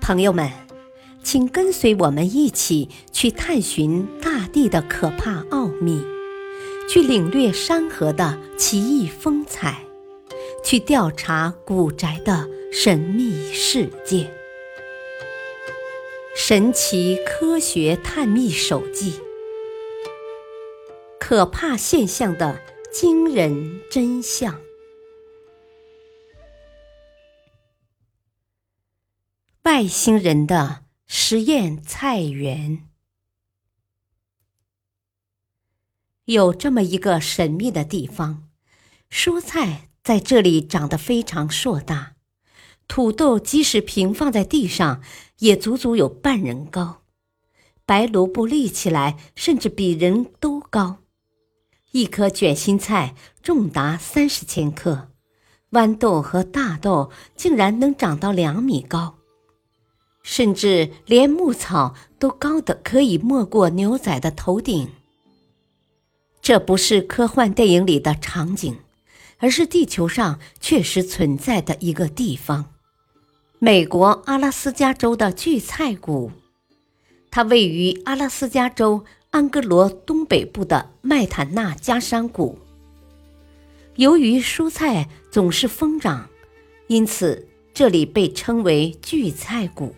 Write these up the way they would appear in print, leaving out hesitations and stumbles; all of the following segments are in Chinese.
朋友们，请跟随我们一起去探寻大地的可怕奥秘，去领略山河的奇异风采，去调查古宅的神秘世界。神奇科学探秘手记，可怕现象的惊人真相。外星人的实验菜园。有这么一个神秘的地方，蔬菜在这里长得非常硕大，土豆即使平放在地上也足足有半人高，白萝卜立起来甚至比人都高，一颗卷心菜重达30千克，豌豆和大豆竟然能长到2米高，甚至连牧草都高得可以没过牛仔的头顶。这不是科幻电影里的场景，而是地球上确实存在的一个地方——美国阿拉斯加州的巨菜谷。它位于阿拉斯加州安哥罗东北部的麦坦纳加山谷。由于蔬菜总是疯长，因此这里被称为巨菜谷。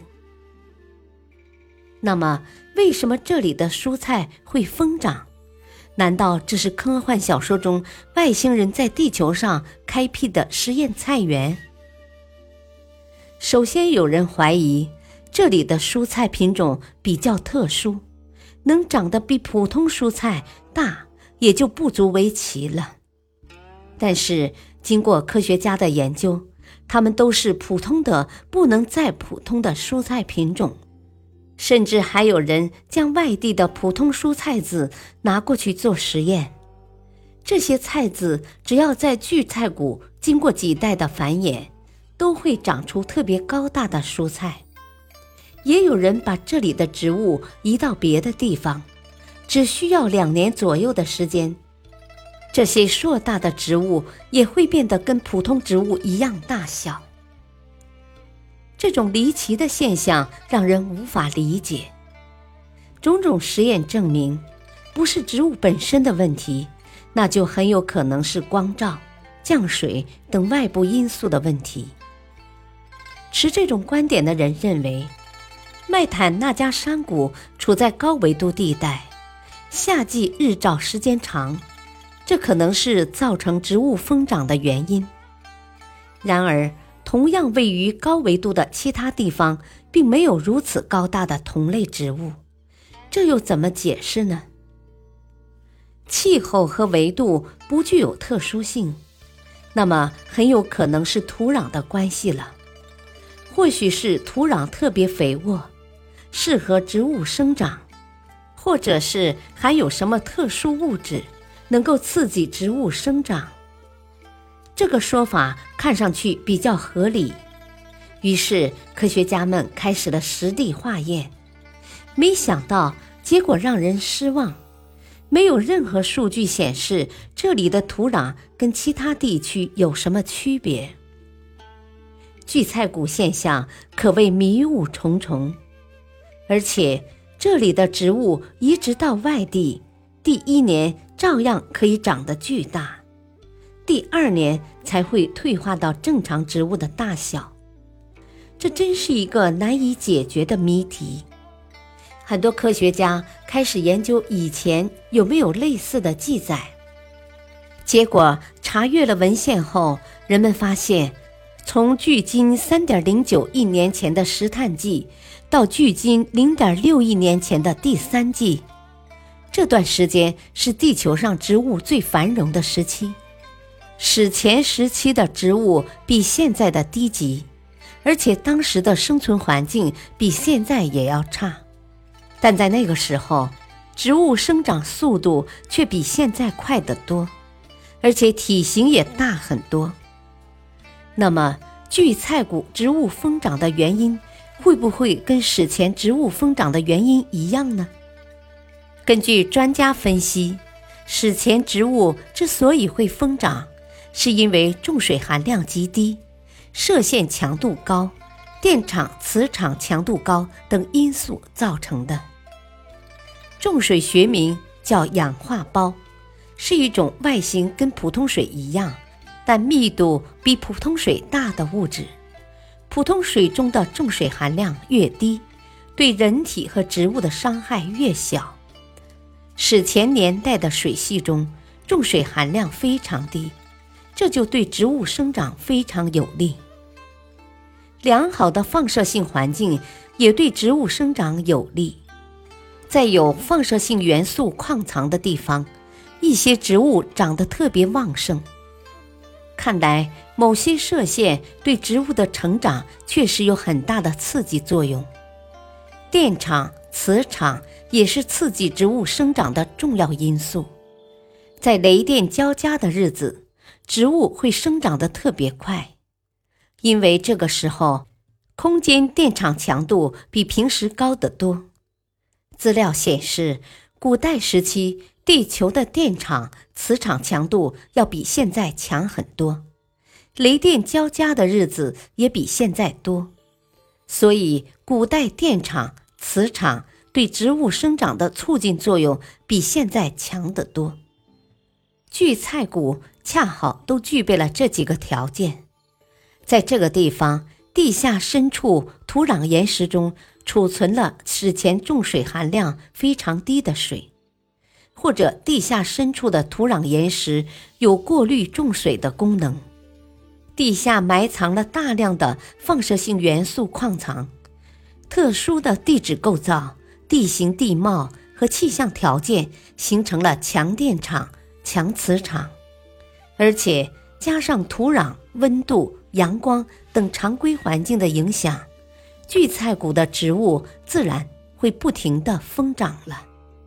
那么，为什么这里的蔬菜会疯长？难道这是科幻小说中外星人在地球上开辟的实验菜园？首先有人怀疑，这里的蔬菜品种比较特殊，能长得比普通蔬菜大也就不足为奇了。但是经过科学家的研究，它们都是普通的不能再普通的蔬菜品种。甚至还有人将外地的普通蔬菜籽拿过去做实验，这些菜籽只要在巨菜谷经过几代的繁衍，都会长出特别高大的蔬菜。也有人把这里的植物移到别的地方，只需要2年左右的时间，这些硕大的植物也会变得跟普通植物一样大小。这种离奇的现象让人无法理解。种种实验证明，不是植物本身的问题，那就很有可能是光照、降水等外部因素的问题。持这种观点的人认为，麦坦纳加山谷处在高纬度地带，夏季日照时间长，这可能是造成植物疯长的原因。然而，同样位于高纬度的其他地方并没有如此高大的同类植物，这又怎么解释呢？气候和纬度不具有特殊性，那么很有可能是土壤的关系了。或许是土壤特别肥沃，适合植物生长，或者是含有什么特殊物质，能够刺激植物生长。这个说法看上去比较合理，于是科学家们开始了实地化验。没想到结果让人失望，没有任何数据显示这里的土壤跟其他地区有什么区别。巨菜谷现象可谓迷雾重重，而且这里的植物移植到外地，第1年照样可以长得巨大，第2年才会退化到正常植物的大小。这真是一个难以解决的谜题。很多科学家开始研究以前有没有类似的记载，结果查阅了文献后，人们发现，从距今 3.09 亿年前的石炭纪到距今 0.6 亿年前的第3纪，这段时间是地球上植物最繁荣的时期。史前时期的植物比现在的低级，而且当时的生存环境比现在也要差，但在那个时候，植物生长速度却比现在快得多，而且体型也大很多。那么，巨菜谷植物疯长的原因，会不会跟史前植物疯长的原因一样呢？根据专家分析，史前植物之所以会疯长，是因为重水含量极低，射线强度高， 电场、磁场强度高等因素造成的。重水学名叫氧化胞，是一种外形跟普通水一样，但密度比普通水大的物质。普通水中的重水含量越低，对人体和植物的伤害越小。史前年代的水系中，重水含量非常低，这就对植物生长非常有利。良好的放射性环境也对植物生长有利。在有放射性元素矿藏的地方，一些植物长得特别旺盛。看来某些射线对植物的成长确实有很大的刺激作用。电场、磁场也是刺激植物生长的重要因素。在雷电交加的日子，植物会生长得特别快，因为这个时候空间电场强度比平时高得多。资料显示，古代时期地球的电场、磁场强度要比现在强很多，雷电交加的日子也比现在多，所以古代电场、磁场对植物生长的促进作用比现在强得多。巨菜谷恰好都具备了这几个条件。在这个地方，地下深处土壤岩石中储存了史前重水含量非常低的水，或者地下深处的土壤岩石有过滤重水的功能。地下埋藏了大量的放射性元素矿藏，特殊的地质构造、地形地貌和气象条件形成了强电场、强磁场，而且加上土壤、温度、阳光等常规环境的影响，巨菜谷的植物自然会不停地疯长了。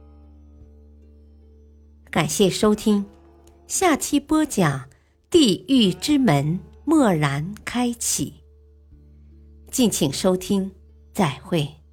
感谢收听，下期播讲地狱之门蓦然开启。敬请收听，再会。